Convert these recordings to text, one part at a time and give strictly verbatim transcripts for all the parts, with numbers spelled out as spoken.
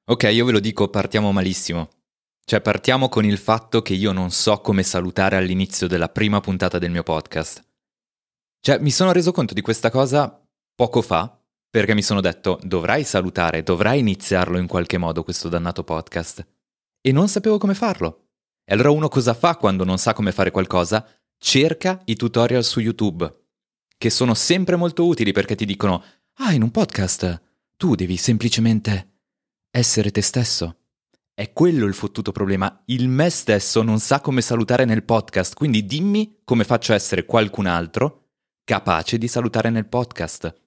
Ok, io ve lo dico, partiamo malissimo. Cioè, partiamo con il fatto che io non so come salutare all'inizio della prima puntata del mio podcast. Cioè, mi sono reso conto di questa cosa poco fa, perché mi sono detto, dovrai salutare, dovrai iniziarlo in qualche modo questo dannato podcast. E non sapevo come farlo. E allora uno cosa fa quando non sa come fare qualcosa? Cerca i tutorial su YouTube, che sono sempre molto utili perché ti dicono, ah, in un podcast tu devi semplicemente essere te stesso. È quello il fottuto problema. Il me stesso non sa come salutare nel podcast, quindi dimmi come faccio a essere qualcun altro capace di salutare nel podcast.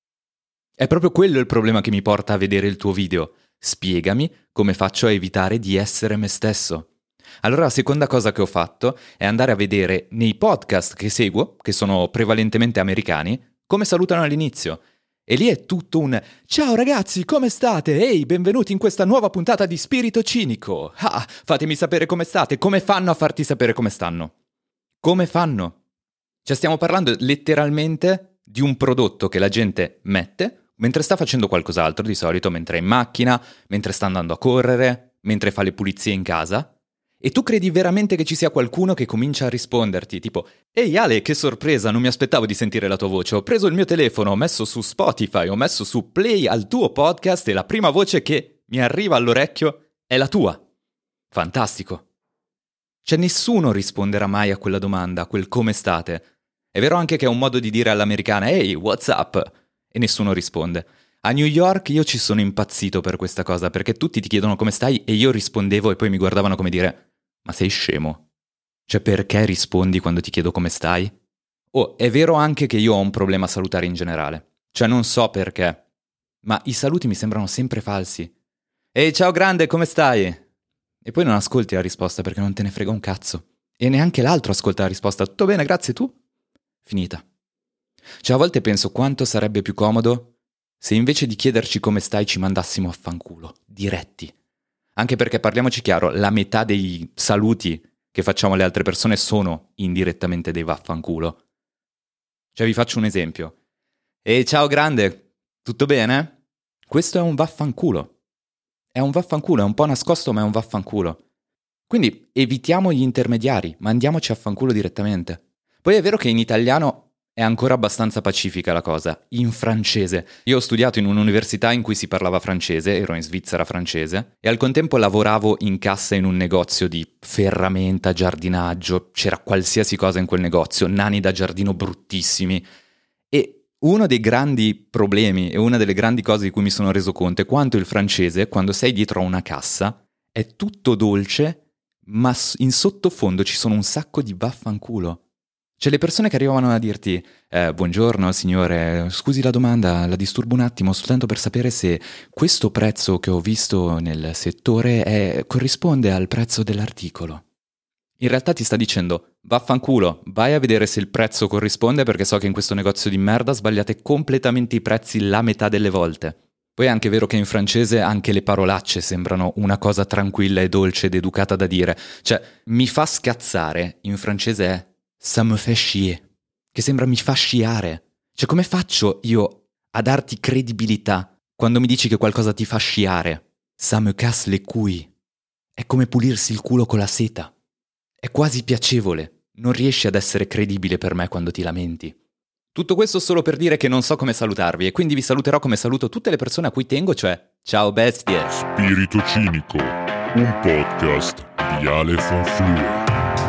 È proprio quello il problema che mi porta a vedere il tuo video. Spiegami come faccio a evitare di essere me stesso. Allora la seconda cosa che ho fatto è andare a vedere nei podcast che seguo, che sono prevalentemente americani, come salutano all'inizio. E lì è tutto un «Ciao ragazzi, come state? Ehi, benvenuti in questa nuova puntata di Spirito Cinico! Ah, fatemi sapere come state, come fanno a farti sapere come stanno?» Come fanno? Cioè stiamo parlando letteralmente di un prodotto che la gente mette mentre sta facendo qualcos'altro, di solito mentre è in macchina, mentre sta andando a correre, mentre fa le pulizie in casa. E tu credi veramente che ci sia qualcuno che comincia a risponderti, tipo «Ehi Ale, che sorpresa, non mi aspettavo di sentire la tua voce, ho preso il mio telefono, ho messo su Spotify, ho messo su play al tuo podcast e la prima voce che mi arriva all'orecchio è la tua». Fantastico. Cioè nessuno risponderà mai a quella domanda, a quel «come state?». È vero anche che è un modo di dire all'americana «Ehi, what's up?» e nessuno risponde. A New York io ci sono impazzito per questa cosa, perché tutti ti chiedono come stai e io rispondevo e poi mi guardavano come dire «Ma sei scemo? Cioè perché rispondi quando ti chiedo come stai?» Oh, è vero anche che io ho un problema a salutare in generale. Cioè non so perché, ma i saluti mi sembrano sempre falsi. «Ehi, ciao grande, come stai?» E poi non ascolti la risposta perché non te ne frega un cazzo. E neanche l'altro ascolta la risposta «Tutto bene, grazie, tu?» Finita. Cioè a volte penso quanto sarebbe più comodo se invece di chiederci come stai ci mandassimo a fanculo, diretti. Anche perché, parliamoci chiaro, la metà dei saluti che facciamo alle altre persone sono indirettamente dei vaffanculo. Cioè vi faccio un esempio. Ehi, ciao grande, tutto bene? Questo è un vaffanculo. È un vaffanculo, è un po' nascosto ma è un vaffanculo. Quindi evitiamo gli intermediari, mandiamoci a fanculo direttamente. Poi è vero che in italiano è ancora abbastanza pacifica la cosa. In francese. Io ho studiato in un'università in cui si parlava francese, ero in Svizzera francese, e al contempo lavoravo in cassa in un negozio di ferramenta, giardinaggio, c'era qualsiasi cosa in quel negozio, nani da giardino bruttissimi. E uno dei grandi problemi e una delle grandi cose di cui mi sono reso conto è quanto il francese, quando sei dietro a una cassa, è tutto dolce, ma in sottofondo ci sono un sacco di vaffanculo. Cioè le persone che arrivavano a dirti eh, «Buongiorno signore, scusi la domanda, la disturbo un attimo soltanto per sapere se questo prezzo che ho visto nel settore è, corrisponde al prezzo dell'articolo». In realtà ti sta dicendo «Vaffanculo, vai a vedere se il prezzo corrisponde perché so che in questo negozio di merda sbagliate completamente i prezzi la metà delle volte». Poi è anche vero che in francese anche le parolacce sembrano una cosa tranquilla e dolce ed educata da dire. Cioè, mi fa scazzare, in francese è «ça me fait chier», che sembra mi fa sciare. Cioè, come faccio io a darti credibilità quando mi dici che qualcosa ti fa sciare? «Ça me casse les couilles». È come pulirsi il culo con la seta. È quasi piacevole. Non riesci ad essere credibile per me quando ti lamenti. Tutto questo solo per dire che non so come salutarvi e quindi vi saluterò come saluto tutte le persone a cui tengo, cioè ciao bestie. Spirito Cinico, un podcast di Ale Fanflue.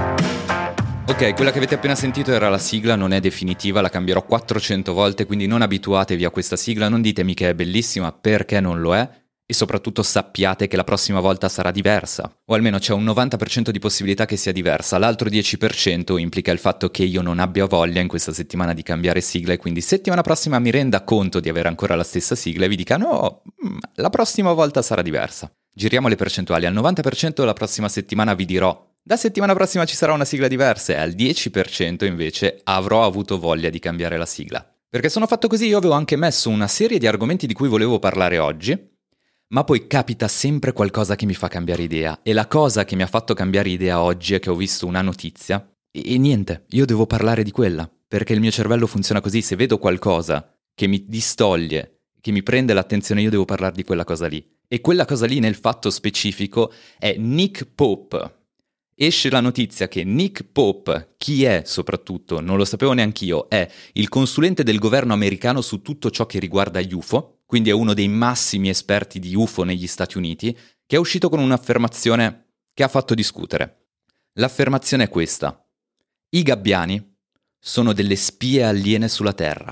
Ok, quella che avete appena sentito era la sigla, non è definitiva, la cambierò quattrocento volte, quindi non abituatevi a questa sigla, non ditemi che è bellissima perché non lo è e soprattutto sappiate che la prossima volta sarà diversa, o almeno c'è un novanta per cento di possibilità che sia diversa, l'altro dieci per cento implica il fatto che io non abbia voglia in questa settimana di cambiare sigla e quindi settimana prossima mi renda conto di avere ancora la stessa sigla e vi dica no, la prossima volta sarà diversa. Giriamo le percentuali, al novanta per cento la prossima settimana vi dirò la settimana prossima ci sarà una sigla diversa e al dieci per cento invece avrò avuto voglia di cambiare la sigla. Perché sono fatto così, io avevo anche messo una serie di argomenti di cui volevo parlare oggi, ma poi capita sempre qualcosa che mi fa cambiare idea. E la cosa che mi ha fatto cambiare idea oggi è che ho visto una notizia e, e niente, io devo parlare di quella, perché il mio cervello funziona così, se vedo qualcosa che mi distoglie, che mi prende l'attenzione, io devo parlare di quella cosa lì. E quella cosa lì nel fatto specifico è Nick Pope. Esce la notizia che Nick Pope, chi è soprattutto, non lo sapevo neanch'io, è il consulente del governo americano su tutto ciò che riguarda U F O, quindi è uno dei massimi esperti di U F O negli Stati Uniti, che è uscito con un'affermazione che ha fatto discutere. L'affermazione è questa: i gabbiani sono delle spie aliene sulla Terra.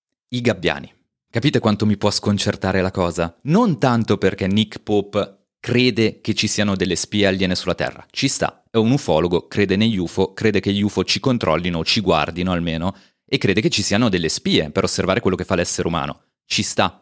I gabbiani. Capite quanto mi può sconcertare la cosa? Non tanto perché Nick Pope crede che ci siano delle spie aliene sulla Terra. Ci sta, è un ufologo, crede negli U F O, crede che gli U F O ci controllino, ci guardino almeno, e crede che ci siano delle spie per osservare quello che fa l'essere umano. Ci sta.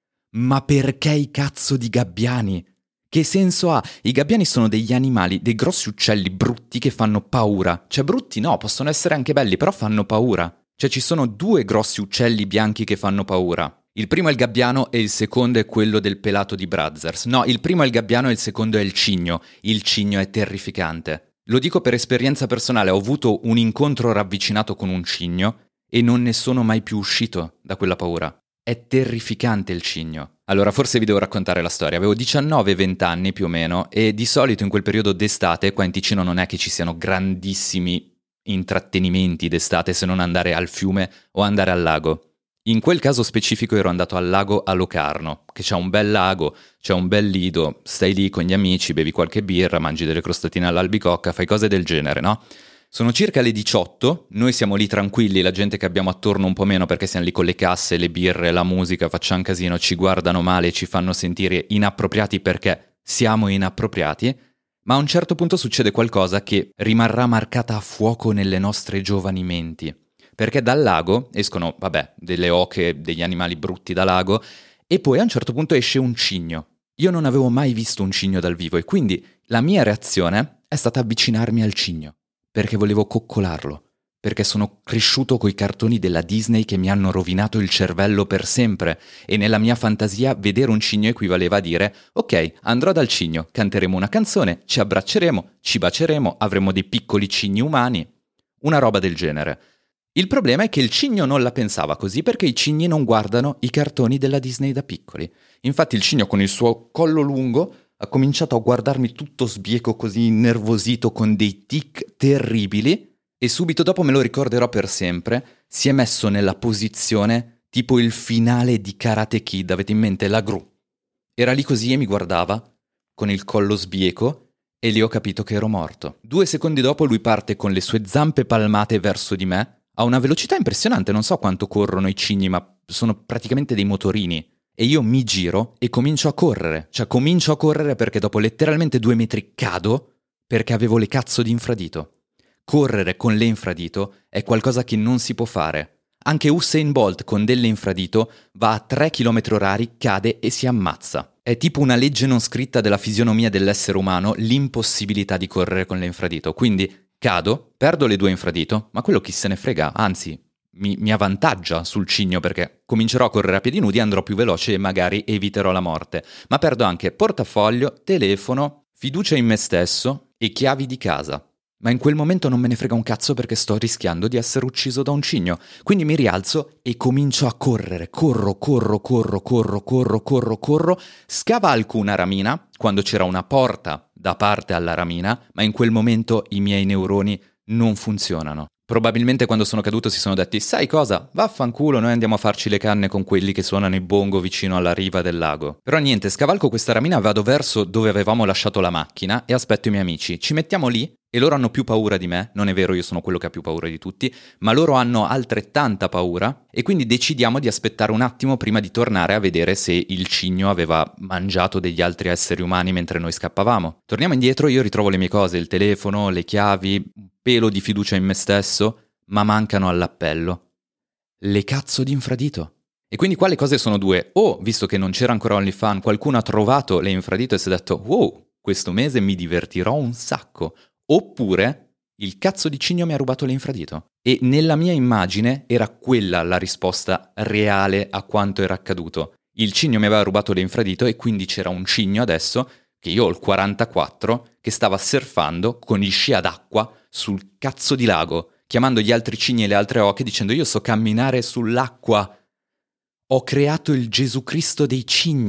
Ma perché i cazzo di gabbiani? Che senso ha? I gabbiani sono degli animali, dei grossi uccelli brutti che fanno paura. Cioè brutti no, possono essere anche belli, però fanno paura. Cioè ci sono due grossi uccelli bianchi che fanno paura. Il primo è il gabbiano e il secondo è quello del pelato di Brazzers. No, il primo è il gabbiano e il secondo è il cigno. Il cigno è terrificante. Lo dico per esperienza personale, ho avuto un incontro ravvicinato con un cigno e non ne sono mai più uscito da quella paura. È terrificante il cigno. Allora, forse vi devo raccontare la storia. Avevo diciannove venti anni più o meno e di solito in quel periodo d'estate, qua in Ticino non è che ci siano grandissimi intrattenimenti d'estate se non andare al fiume o andare al lago. In quel caso specifico ero andato al lago a Locarno, che c'è un bel lago, c'è un bel lido, stai lì con gli amici, bevi qualche birra, mangi delle crostatine all'albicocca, fai cose del genere, no? Sono circa le diciotto, noi siamo lì tranquilli, la gente che abbiamo attorno un po' meno perché siamo lì con le casse, le birre, la musica, facciamo casino, ci guardano male, ci fanno sentire inappropriati perché siamo inappropriati, ma a un certo punto succede qualcosa che rimarrà marcata a fuoco nelle nostre giovani menti. Perché dal lago escono, vabbè, delle oche, degli animali brutti da lago, e poi a un certo punto esce un cigno. Io non avevo mai visto un cigno dal vivo e quindi la mia reazione è stata avvicinarmi al cigno, perché volevo coccolarlo, perché sono cresciuto coi cartoni della Disney che mi hanno rovinato il cervello per sempre e nella mia fantasia vedere un cigno equivaleva a dire ok, andrò dal cigno, canteremo una canzone, ci abbracceremo, ci baceremo, avremo dei piccoli cigni umani, una roba del genere. Il problema è che il cigno non la pensava così perché i cigni non guardano i cartoni della Disney da piccoli. Infatti il cigno con il suo collo lungo ha cominciato a guardarmi tutto sbieco così innervosito con dei tic terribili e subito dopo, me lo ricorderò per sempre, si è messo nella posizione tipo il finale di Karate Kid, avete in mente la gru? Era lì così e mi guardava con il collo sbieco e lì ho capito che ero morto. Due secondi dopo lui parte con le sue zampe palmate verso di me a una velocità impressionante, non so quanto corrono i cigni, ma sono praticamente dei motorini. E io mi giro e comincio a correre. Cioè comincio a correre perché dopo letteralmente due metri cado perché avevo le cazzo di infradito. Correre con le infradito è qualcosa che non si può fare. Anche Usain Bolt con delle infradito va a tre chilometri orari, cade e si ammazza. È tipo una legge non scritta della fisionomia dell'essere umano l'impossibilità di correre con le infradito. Quindi cado, perdo le due infradito, ma quello chi se ne frega, anzi mi, mi avvantaggia sul cigno perché comincerò a correre a piedi nudi, andrò più veloce e magari eviterò la morte. Ma perdo anche portafoglio, telefono, fiducia in me stesso e chiavi di casa. Ma in quel momento non me ne frega un cazzo perché sto rischiando di essere ucciso da un cigno. Quindi mi rialzo e comincio a correre. Corro, corro, corro, corro, corro, corro, corro. Scavalco una ramina quando c'era una porta da parte alla ramina, ma in quel momento i miei neuroni non funzionano. Probabilmente quando sono caduto si sono detti sai cosa? Vaffanculo, noi andiamo a farci le canne con quelli che suonano i bongo vicino alla riva del lago. Però niente, scavalco questa ramina, vado verso dove avevamo lasciato la macchina e aspetto i miei amici. Ci mettiamo lì e loro hanno più paura di me, non è vero, io sono quello che ha più paura di tutti, ma loro hanno altrettanta paura e quindi decidiamo di aspettare un attimo prima di tornare a vedere se il cigno aveva mangiato degli altri esseri umani mentre noi scappavamo. Torniamo indietro, io ritrovo le mie cose, il telefono, le chiavi, un pelo di fiducia in me stesso, ma mancano all'appello le cazzo di infradito. E quindi qua le cose sono due: o, visto che non c'era ancora OnlyFans, qualcuno ha trovato le infradito e si è detto wow, questo mese mi divertirò un sacco, oppure il cazzo di cigno mi ha rubato l'infradito. E nella mia immagine era quella la risposta reale a quanto era accaduto. Il cigno mi aveva rubato l'infradito e quindi c'era un cigno adesso, che io ho il quarantaquattro, che stava surfando con gli sci ad acqua sul cazzo di lago, chiamando gli altri cigni e le altre oche dicendo io so camminare sull'acqua. Ho creato il Gesù Cristo dei cigni.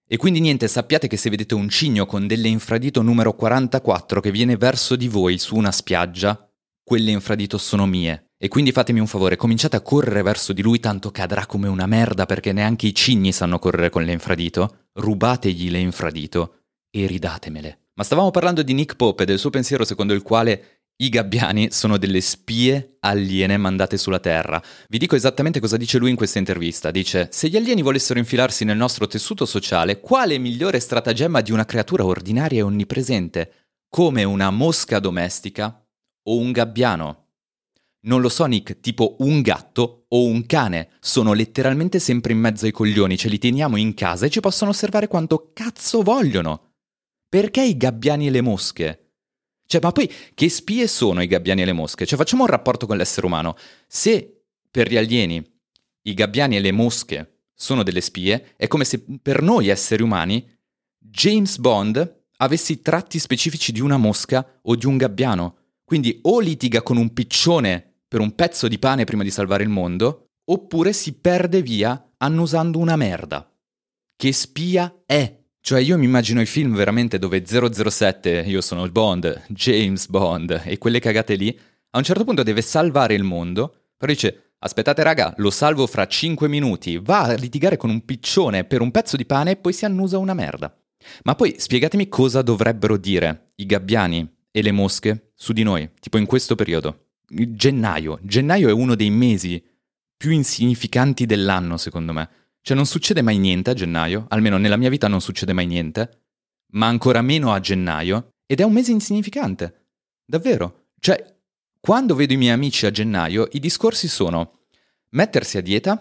E quindi niente, sappiate che se vedete un cigno con delle infradito numero quarantaquattro che viene verso di voi su una spiaggia, quelle infradito sono mie. E quindi fatemi un favore, cominciate a correre verso di lui, tanto cadrà come una merda perché neanche i cigni sanno correre con le infradito. Rubategli le infradito e ridatemele. Ma stavamo parlando di Nick Pope e del suo pensiero secondo il quale i gabbiani sono delle spie aliene mandate sulla Terra. Vi dico esattamente cosa dice lui in questa intervista. Dice: se gli alieni volessero infilarsi nel nostro tessuto sociale, quale migliore stratagemma di una creatura ordinaria e onnipresente, come una mosca domestica o un gabbiano? Non lo so, Nick, tipo un gatto o un cane. Sono letteralmente sempre in mezzo ai coglioni, ce li teniamo in casa e ci possono osservare quanto cazzo vogliono. Perché i gabbiani e le mosche? Cioè, ma poi che spie sono i gabbiani e le mosche? Cioè, facciamo un rapporto con l'essere umano. Se per gli alieni i gabbiani e le mosche sono delle spie, è come se per noi esseri umani James Bond avesse i tratti specifici di una mosca o di un gabbiano. Quindi o litiga con un piccione per un pezzo di pane prima di salvare il mondo, oppure si perde via annusando una merda. Che spia è? Cioè io mi immagino i film veramente dove zero zero sette, io sono il Bond, James Bond, e quelle cagate lì, a un certo punto deve salvare il mondo, però dice: aspettate raga, lo salvo fra cinque minuti, va a litigare con un piccione per un pezzo di pane e poi si annusa una merda. Ma poi spiegatemi cosa dovrebbero dire i gabbiani e le mosche su di noi, tipo in questo periodo. Gennaio. Gennaio è uno dei mesi più insignificanti dell'anno, secondo me. Cioè non succede mai niente a gennaio, almeno nella mia vita non succede mai niente, ma ancora meno a gennaio, ed è un mese insignificante. Davvero. Cioè, quando vedo i miei amici a gennaio, i discorsi sono mettersi a dieta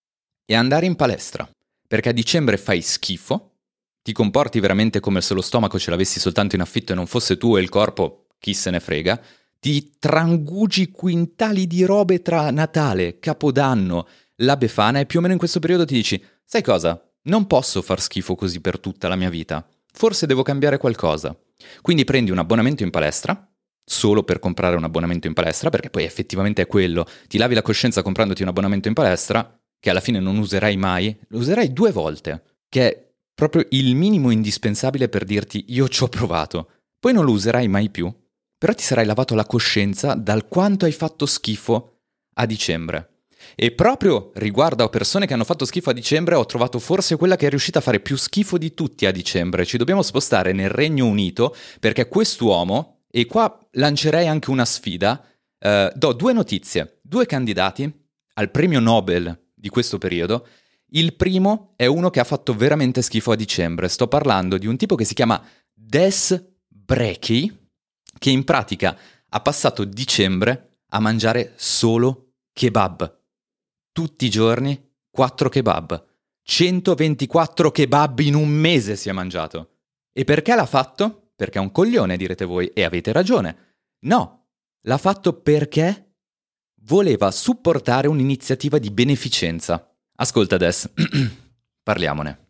e andare in palestra, perché a dicembre fai schifo, ti comporti veramente come se lo stomaco ce l'avessi soltanto in affitto e non fosse tuo e il corpo, chi se ne frega, ti trangugi quintali di robe tra Natale, Capodanno, la Befana e più o meno in questo periodo ti dici: sai cosa? Non posso far schifo così per tutta la mia vita. Forse devo cambiare qualcosa. Quindi prendi un abbonamento in palestra, solo per comprare un abbonamento in palestra, perché poi effettivamente è quello. Ti lavi la coscienza comprandoti un abbonamento in palestra, che alla fine non userai mai, lo userai due volte, che è proprio il minimo indispensabile per dirti: io ci ho provato. Poi non lo userai mai più, però ti sarai lavato la coscienza dal quanto hai fatto schifo a dicembre. E proprio riguardo a persone che hanno fatto schifo a dicembre ho trovato forse quella che è riuscita a fare più schifo di tutti a dicembre. Ci dobbiamo spostare nel Regno Unito perché quest'uomo, e qua lancerei anche una sfida, eh, do due notizie, due candidati al premio Nobel di questo periodo. Il primo è uno che ha fatto veramente schifo a dicembre. Sto parlando di un tipo che si chiama Des Brakey, che in pratica ha passato dicembre a mangiare solo kebab. Tutti i giorni, quattro kebab. centoventiquattro kebab in un mese si è mangiato. E perché l'ha fatto? Perché è un coglione, direte voi, e avete ragione. No, l'ha fatto perché voleva supportare un'iniziativa di beneficenza. Ascolta Des, parliamone.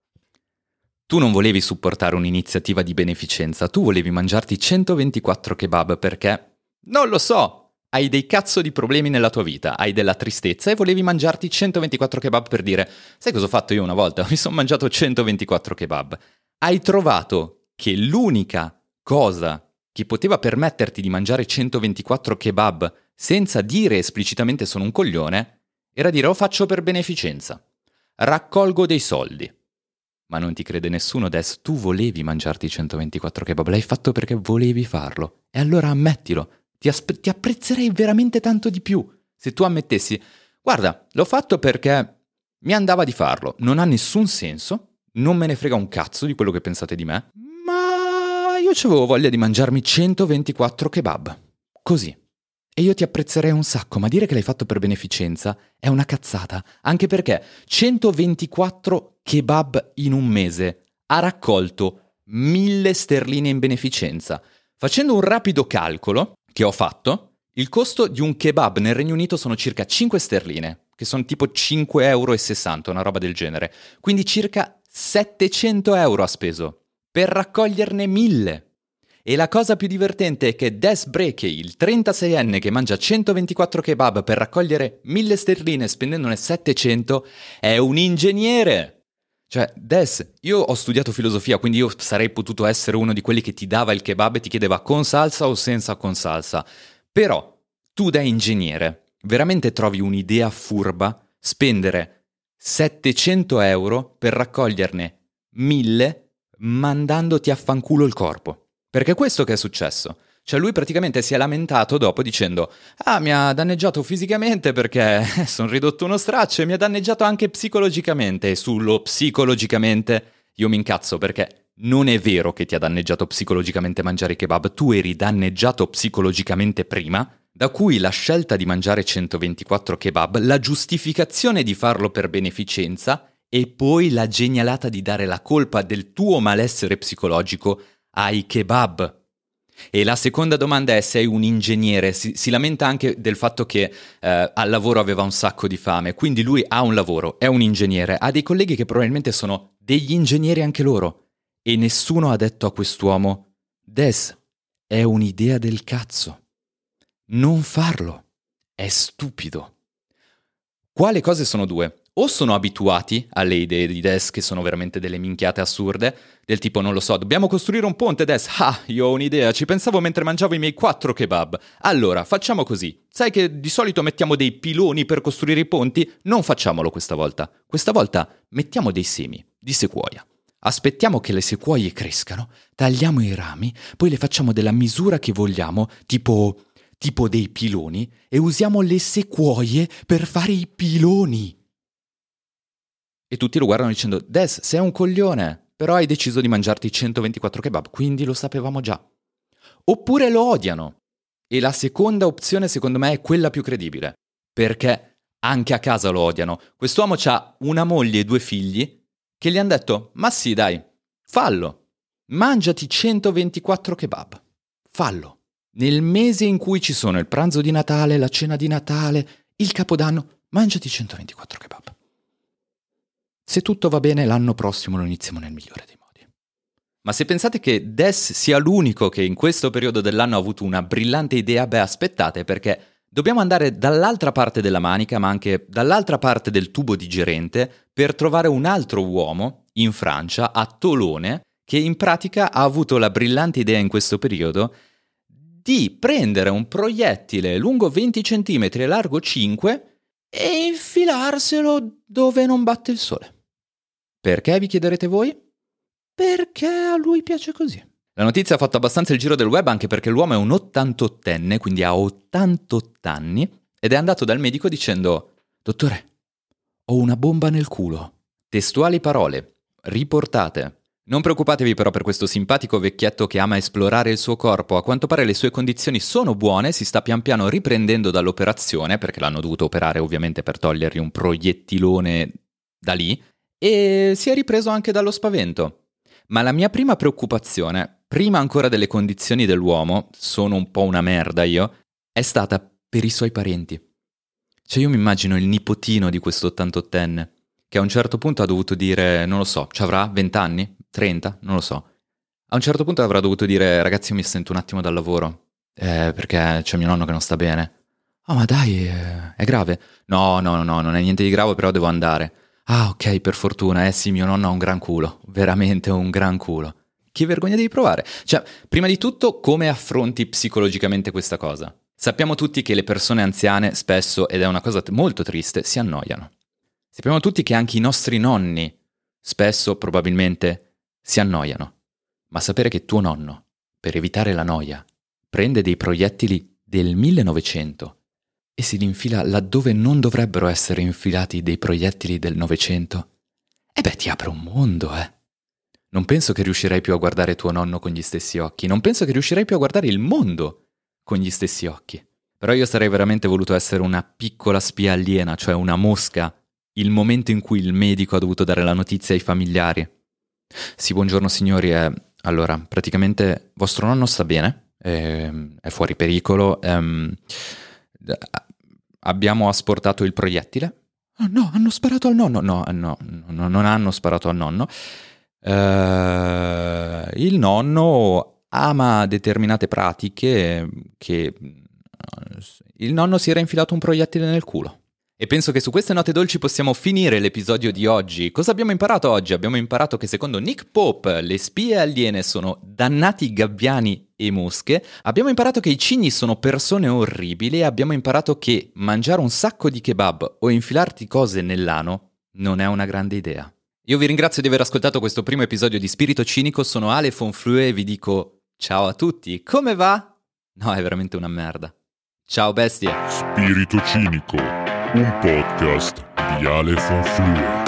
Tu non volevi supportare un'iniziativa di beneficenza, tu volevi mangiarti centoventiquattro kebab perché, non lo so, hai dei cazzo di problemi nella tua vita, hai della tristezza e volevi mangiarti centoventiquattro kebab per dire: sai cosa ho fatto io una volta? Mi sono mangiato centoventiquattro kebab. Hai trovato che l'unica cosa che poteva permetterti di mangiare centoventiquattro kebab senza dire esplicitamente sono un coglione era dire: lo faccio per beneficenza, raccolgo dei soldi. Ma non ti crede nessuno, Des, tu volevi mangiarti centoventiquattro kebab, l'hai fatto perché volevi farlo. E allora ammettilo. Ti, aspe- ti apprezzerei veramente tanto di più se tu ammettessi: guarda, l'ho fatto perché mi andava di farlo, non ha nessun senso, non me ne frega un cazzo di quello che pensate di me, ma io c'avevo voglia di mangiarmi centoventiquattro kebab, così. E io ti apprezzerei un sacco, ma dire che l'hai fatto per beneficenza è una cazzata, anche perché centoventiquattro kebab in un mese ha raccolto mille sterline in beneficenza. Facendo un rapido calcolo che ho fatto, il costo di un kebab nel Regno Unito sono circa cinque sterline, che sono tipo cinque virgola sessanta euro, una roba del genere. Quindi circa settecento euro ha speso per raccoglierne mille. E la cosa più divertente è che Des Brakey, il trentaseienne che mangia centoventiquattro kebab per raccogliere mille sterline spendendone settecento, è un ingegnere. Cioè, Des, io ho studiato filosofia, quindi io sarei potuto essere uno di quelli che ti dava il kebab e ti chiedeva con salsa o senza con salsa. Però, tu da ingegnere, veramente trovi un'idea furba spendere settecento euro per raccoglierne mille mandandoti a fanculo il corpo. Perché è questo che è successo. Cioè lui praticamente si è lamentato dopo dicendo ah, mi ha danneggiato fisicamente perché sono ridotto uno straccio e mi ha danneggiato anche psicologicamente. E sullo psicologicamente io mi incazzo perché non è vero che ti ha danneggiato psicologicamente mangiare kebab. Tu eri danneggiato psicologicamente prima, da cui la scelta di mangiare centoventiquattro kebab, la giustificazione di farlo per beneficenza e poi la genialata di dare la colpa del tuo malessere psicologico ai kebab. E la seconda domanda è: sei un ingegnere? Si, si lamenta anche del fatto che eh, al lavoro aveva un sacco di fame, quindi lui ha un lavoro, è un ingegnere, ha dei colleghi che probabilmente sono degli ingegneri anche loro. E nessuno ha detto a quest'uomo: Des, è un'idea del cazzo. Non farlo. È stupido. Qua le cose sono due. O sono abituati alle idee di Des che sono veramente delle minchiate assurde, del tipo, non lo so, dobbiamo costruire un ponte, Des. Ah, io ho un'idea, ci pensavo mentre mangiavo i miei quattro kebab. Allora, facciamo così. Sai che di solito mettiamo dei piloni per costruire i ponti? Non facciamolo questa volta. Questa volta mettiamo dei semi di sequoia. Aspettiamo che le sequoie crescano, tagliamo i rami, poi le facciamo della misura che vogliamo, tipo... tipo dei piloni, e usiamo le sequoie per fare i piloni. E tutti lo guardano dicendo: Des, sei un coglione, però hai deciso di mangiarti centoventiquattro kebab, quindi lo sapevamo già. Oppure lo odiano. E la seconda opzione secondo me è quella più credibile, perché anche a casa lo odiano. Quest'uomo ha una moglie e due figli che gli hanno detto: ma sì dai, fallo, mangiati centoventiquattro kebab, fallo. Nel mese in cui ci sono il pranzo di Natale, la cena di Natale, il Capodanno, mangiati centoventiquattro kebab. Se tutto va bene, l'anno prossimo lo iniziamo nel migliore dei modi. Ma se pensate che Des sia l'unico che in questo periodo dell'anno ha avuto una brillante idea, beh, aspettate, perché dobbiamo andare dall'altra parte della manica, ma anche dall'altra parte del tubo digerente, per trovare un altro uomo in Francia, a Tolone, che in pratica ha avuto la brillante idea in questo periodo di prendere un proiettile lungo venti centimetri e largo cinque e infilarselo dove non batte il sole. Perché, vi chiederete voi? Perché a lui piace così. La notizia ha fatto abbastanza il giro del web anche perché l'uomo è un ottantottenne, quindi ha ottantotto anni, ed è andato dal medico dicendo: dottore, ho una bomba nel culo. Testuali parole, riportate. Non preoccupatevi però per questo simpatico vecchietto che ama esplorare il suo corpo. A quanto pare le sue condizioni sono buone, si sta pian piano riprendendo dall'operazione, perché l'hanno dovuto operare ovviamente per togliergli un proiettilone da lì, e si è ripreso anche dallo spavento. Ma la mia prima preoccupazione, prima ancora delle condizioni dell'uomo, sono un po' una merda io, è stata per i suoi parenti. Cioè io mi immagino il nipotino di questo ottantottenne, che a un certo punto ha dovuto dire, non lo so, ci avrà venti anni? trenta? Non lo so. A un certo punto avrà dovuto dire: ragazzi, io mi sento un attimo dal lavoro, eh, perché c'è mio nonno che non sta bene. Oh, ma dai, è, è grave? No, no, no, non è niente di grave, però devo andare. Ah, ok, per fortuna, eh sì, mio nonno ha un gran culo, veramente un gran culo. Che vergogna devi provare. Cioè, prima di tutto, come affronti psicologicamente questa cosa? Sappiamo tutti che le persone anziane spesso, ed è una cosa molto triste, si annoiano. Sappiamo tutti che anche i nostri nonni spesso, probabilmente, si annoiano. Ma sapere che tuo nonno, per evitare la noia, prende dei proiettili del millenovecento e si li infila laddove non dovrebbero essere infilati dei proiettili del Novecento, e beh, ti apre un mondo, eh. Non penso che riuscirei più a guardare tuo nonno con gli stessi occhi, non penso che riuscirei più a guardare il mondo con gli stessi occhi. Però io sarei veramente voluto essere una piccola spia aliena, cioè una mosca, il momento in cui il medico ha dovuto dare la notizia ai familiari. Sì, buongiorno signori, eh, allora, praticamente vostro nonno sta bene, eh, è fuori pericolo, ehm, abbiamo asportato il proiettile. Oh, no, hanno sparato al nonno. No, no, no, non hanno sparato al nonno. Uh, il nonno ama determinate pratiche che... Il nonno si era infilato un proiettile nel culo. E penso che su queste note dolci possiamo finire l'episodio di oggi. Cosa abbiamo imparato oggi? Abbiamo imparato che secondo Nick Pope le spie aliene sono dannati gabbiani e mosche. Abbiamo imparato che i cigni sono persone orribili e abbiamo imparato che mangiare un sacco di kebab o infilarti cose nell'ano non è una grande idea. Io vi ringrazio di aver ascoltato questo primo episodio di Spirito Cinico, sono Ale Fonflue e vi dico ciao a tutti. Come va? No, è veramente una merda. Ciao bestie. Spirito Cinico, un podcast di Ale Fonflue.